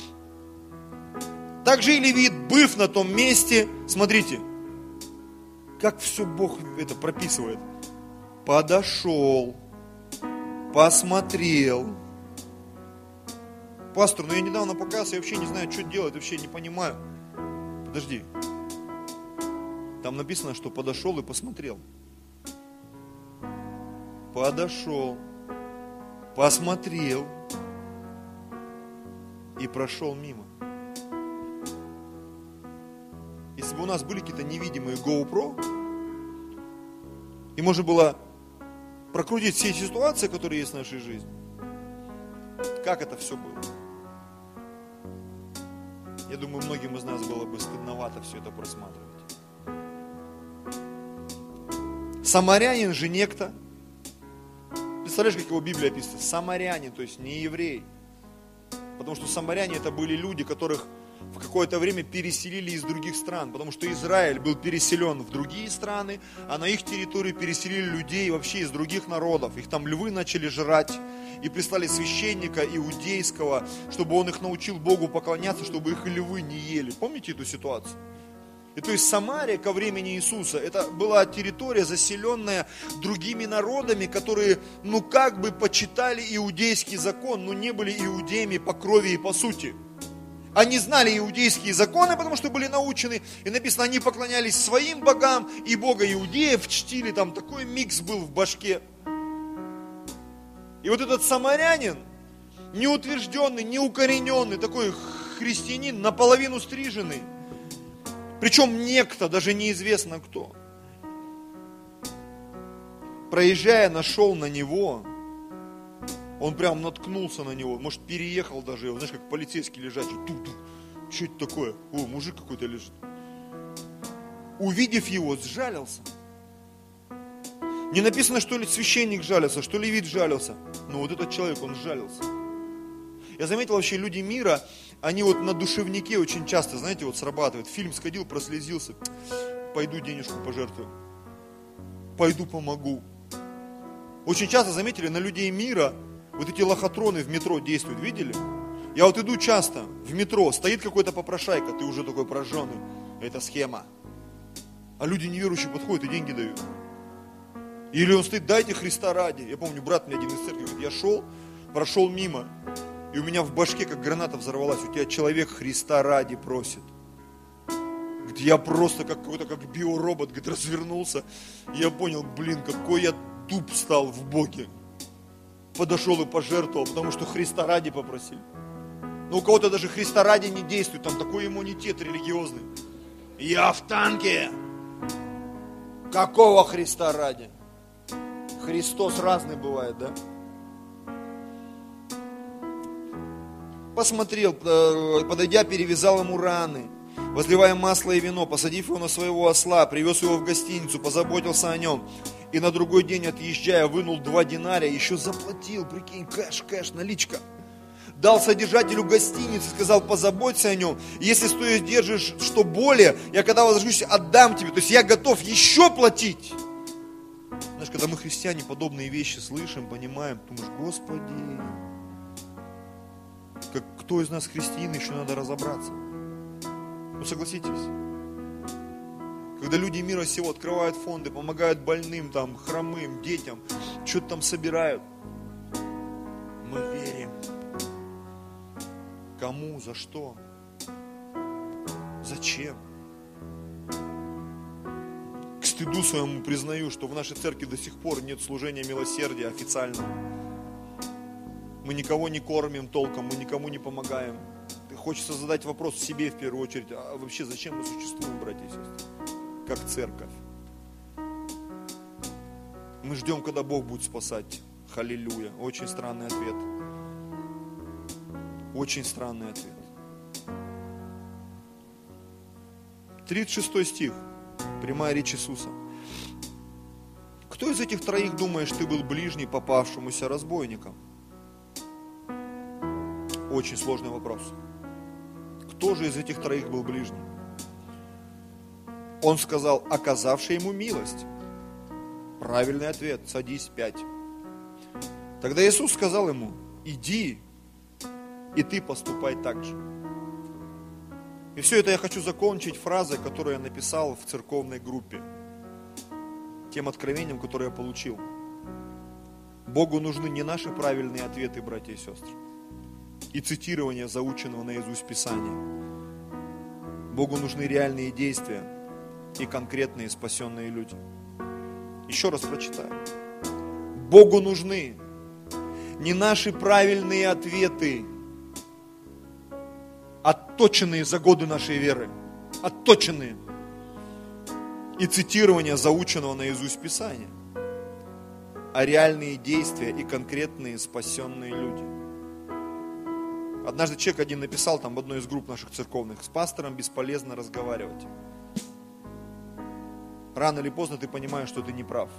Также и левит, быв на том месте, смотрите, как все Бог это прописывает. Подошел, посмотрел. Пастор, я недавно покаялся, я вообще не знаю, что делать, вообще не понимаю. Подожди. Там написано, что подошел и посмотрел. Подошел, посмотрел и прошел мимо. Если бы у нас были какие-то невидимые GoPro, и можно было прокрутить все ситуации, которые есть в нашей жизни, как это все было? Я думаю, многим из нас было бы стыдновато все это просматривать. Самарянин же некто. Представляешь, как его Библия описывает? Самарянин, то есть не еврей. Потому что самаряне это были люди, которых в какое-то время переселили из других стран. Потому что Израиль был переселен в другие страны, а на их территории переселили людей вообще из других народов. Их там львы начали жрать. И прислали священника иудейского, чтобы он их научил Богу поклоняться, чтобы их львы не ели. Помните эту ситуацию? И то есть Самария ко времени Иисуса, это была территория, заселенная другими народами, которые, как бы почитали иудейский закон, но не были иудеями по крови и по сути. Они знали иудейские законы, потому что были научены, и написано, они поклонялись своим богам, и бога иудеев чтили, там такой микс был в башке. И вот этот самарянин, неутвержденный, неукорененный, такой христианин, наполовину стриженный, причем некто, даже неизвестно кто, проезжая, нашел на него, он прям наткнулся на него, может переехал даже его, знаешь, как полицейский лежачий, что это такое? О, мужик какой-то лежит. Увидев его, сжалился. Не написано, что ли священник жалился, что левит жалился, но вот этот человек, он сжалился. Я заметил вообще, люди мира, они вот на душевнике очень часто, знаете, вот срабатывают. Фильм сходил, прослезился, пойду денежку пожертвую, пойду помогу. Очень часто, заметили, на людей мира вот эти лохотроны в метро действуют, видели? Я вот иду часто в метро, стоит какой-то попрошайка, ты уже такой прожженный, это схема. А люди неверующие подходят и деньги дают. Или он стоит, дайте Христа ради. Я помню, брат мне один из церкви говорит, я шел, прошел мимо, и у меня в башке как граната взорвалась. У тебя человек Христа ради просит. Говорит, я просто как какой-то как биоробот, говорит, развернулся. И я понял, какой я туп стал в Боге. Подошел и пожертвовал, потому что Христа ради попросили. Но у кого-то даже Христа ради не действует, там такой иммунитет религиозный. Я в танке. Какого Христа ради? Христос разный бывает, да? Посмотрел, подойдя, перевязал ему раны, возливая масло и вино, посадив его на своего осла, привез его в гостиницу, позаботился о нем. И на другой день, отъезжая, вынул 2 динария, еще заплатил, прикинь, кэш, наличка. дал содержателю гостиницы, сказал, позаботься о нем. Если стоит держишь, что более, я когда возвращусь, отдам тебе. То есть я готов еще платить. Знаешь, когда мы, христиане, подобные вещи слышим, понимаем, думаешь, Господи, кто из нас христиан, еще надо разобраться. Ну согласитесь. Когда люди мира сего открывают фонды, помогают больным, там, хромым, детям, что-то там собирают. Мы верим. Кому, за что? Зачем? К стыду своему признаю, что в нашей церкви до сих пор нет служения милосердия официального. Мы никого не кормим толком, мы никому не помогаем. Хочется задать вопрос себе в первую очередь, а вообще зачем мы существуем, братья и сестры? Как церковь. Мы ждем, когда Бог будет спасать. Халилюя. Очень странный ответ. Очень странный ответ. 36 стих. Прямая речь Иисуса. Кто из этих троих, думаешь, ты был ближний попавшемуся разбойникам? Очень сложный вопрос. Кто же из этих троих был ближний? Он сказал, оказавший ему милость. Правильный ответ. Садись, 5. Тогда Иисус сказал ему, иди, и ты поступай так же. И все это я хочу закончить фразой, которую я написал в церковной группе. Тем откровением, которое я получил. Богу нужны не наши правильные ответы, братья и сестры, и цитирование заученного наизусть Писания. Богу нужны реальные действия и конкретные спасенные люди. Еще раз прочитаю. Богу нужны не наши правильные ответы, отточенные за годы нашей веры, отточенные, и цитирование заученного наизусть Писания, а реальные действия и конкретные спасенные люди. Однажды человек один написал там в одной из групп наших церковных, с пастором бесполезно разговаривать. Рано или поздно ты понимаешь, что ты не прав.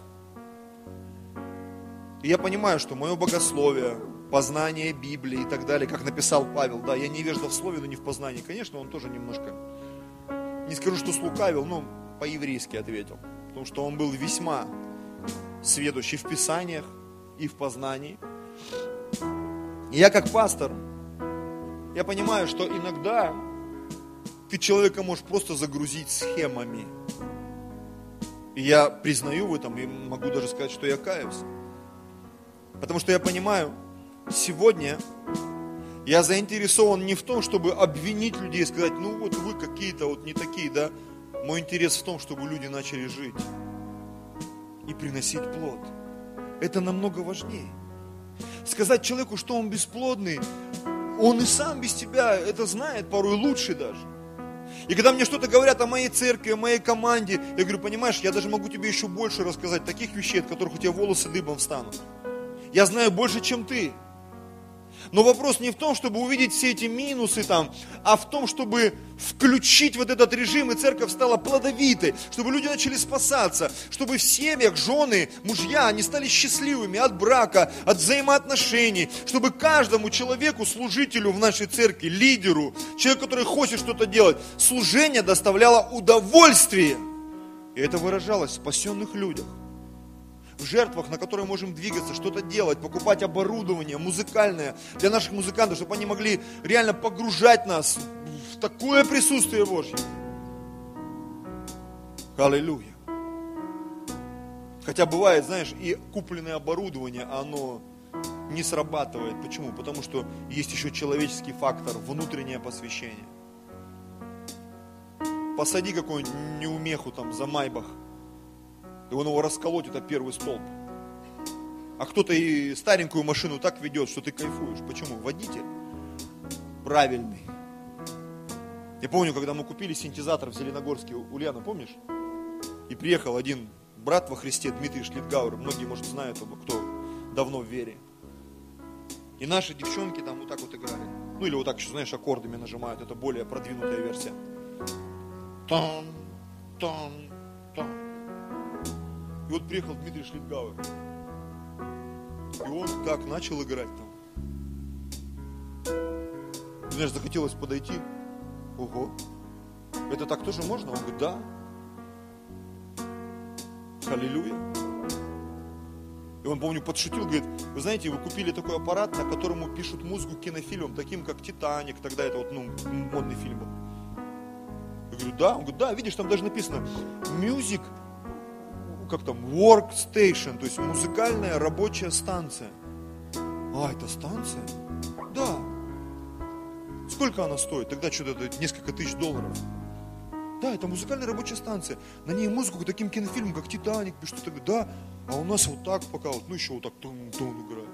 И я понимаю, что мое богословие, познание Библии и так далее, как написал Павел, да, я невежда в слове, но не в познании. Конечно, он тоже немножко, не скажу, что слукавил, но по-еврейски ответил. Потому что он был весьма сведущий в Писаниях и в познании. И я как пастор, я понимаю, что иногда ты человека можешь просто загрузить схемами. И я признаю в этом, и могу даже сказать, что я каюсь. Потому что я понимаю, сегодня я заинтересован не в том, чтобы обвинить людей и сказать, ну вот вы какие-то вот не такие, да. Мой интерес в том, чтобы люди начали жить и приносить плод. Это намного важнее. Сказать человеку, что он бесплодный, он и сам без тебя это знает, порой лучше даже. И когда мне что-то говорят о моей церкви, о моей команде, я говорю, понимаешь, я даже могу тебе еще больше рассказать таких вещей, от которых у тебя волосы дыбом встанут. Я знаю больше, чем ты. Но вопрос не в том, чтобы увидеть все эти минусы там, а в том, чтобы включить вот этот режим, и церковь стала плодовитой, чтобы люди начали спасаться, чтобы в семьях жены, мужья, они стали счастливыми от брака, от взаимоотношений, чтобы каждому человеку, служителю в нашей церкви, лидеру, человеку, который хочет что-то делать, служение доставляло удовольствие. И это выражалось в спасенных людях. В жертвах, на которые можем двигаться, что-то делать, покупать оборудование музыкальное для наших музыкантов, чтобы они могли реально погружать нас в такое присутствие Божье. Аллилуйя. Хотя бывает, знаешь, и купленное оборудование, оно не срабатывает. Почему? Потому что есть еще человеческий фактор, внутреннее посвящение. Посади какую-нибудь неумеху там за майбах, и он его расколотит, это первый столб. А кто-то и старенькую машину так ведет, что ты кайфуешь. Почему? Водитель правильный. Я помню, когда мы купили синтезатор в Зеленогорске, Ульяна, помнишь? И приехал один брат во Христе, Дмитрий Шлитгауэр, многие, может, знают его, кто давно в вере. И наши девчонки там вот так вот играли. Ну или вот так еще, знаешь, аккордами нажимают, это более продвинутая версия. Там, там, там. И вот приехал Дмитрий Шлитгауэр. И он как начал играть там. знаешь, захотелось подойти. Ого, это так тоже можно? Он говорит, да. Аллилуйя. И он, помню, подшутил, говорит, вы знаете, вы купили такой аппарат, на которому пишут музыку к кинофильмам, таким как «Титаник», тогда это вот, модный фильм был. Я говорю, да? Он говорит, да, видишь, там даже написано «Music», как там, «Workstation», то есть музыкальная рабочая станция. А, это станция? Да. Сколько она стоит? Тогда что-то несколько тысяч долларов. Да, это музыкальная рабочая станция. На ней музыку к таким кинофильмам, как «Титаник», пишут. Да, а у нас вот так пока, вот, еще вот так тон играет.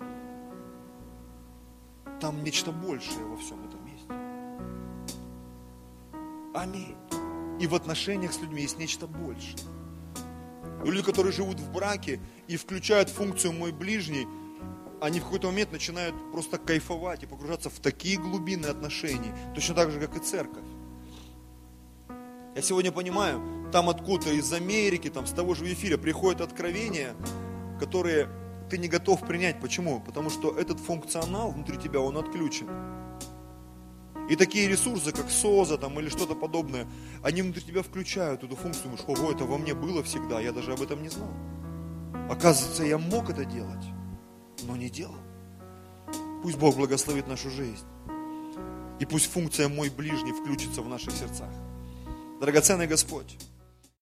Там нечто большее во всем этом месте. Аминь. И в отношениях с людьми есть нечто большее. Люди, которые живут в браке и включают функцию «мой ближний», они в какой-то момент начинают просто кайфовать и погружаться в такие глубины отношений, точно так же, как и церковь. Я сегодня понимаю, там откуда-то из Америки, там с того же эфира приходят откровения, которые ты не готов принять. Почему? Потому что этот функционал внутри тебя, он отключен. И такие ресурсы, как СОЗа там, или что-то подобное, они внутри тебя включают эту функцию. Думаешь, ого, это во мне было всегда, я даже об этом не знал. Оказывается, я мог это делать, но не делал. Пусть Бог благословит нашу жизнь. И пусть функция «мой ближний» включится в наших сердцах. Драгоценный Господь,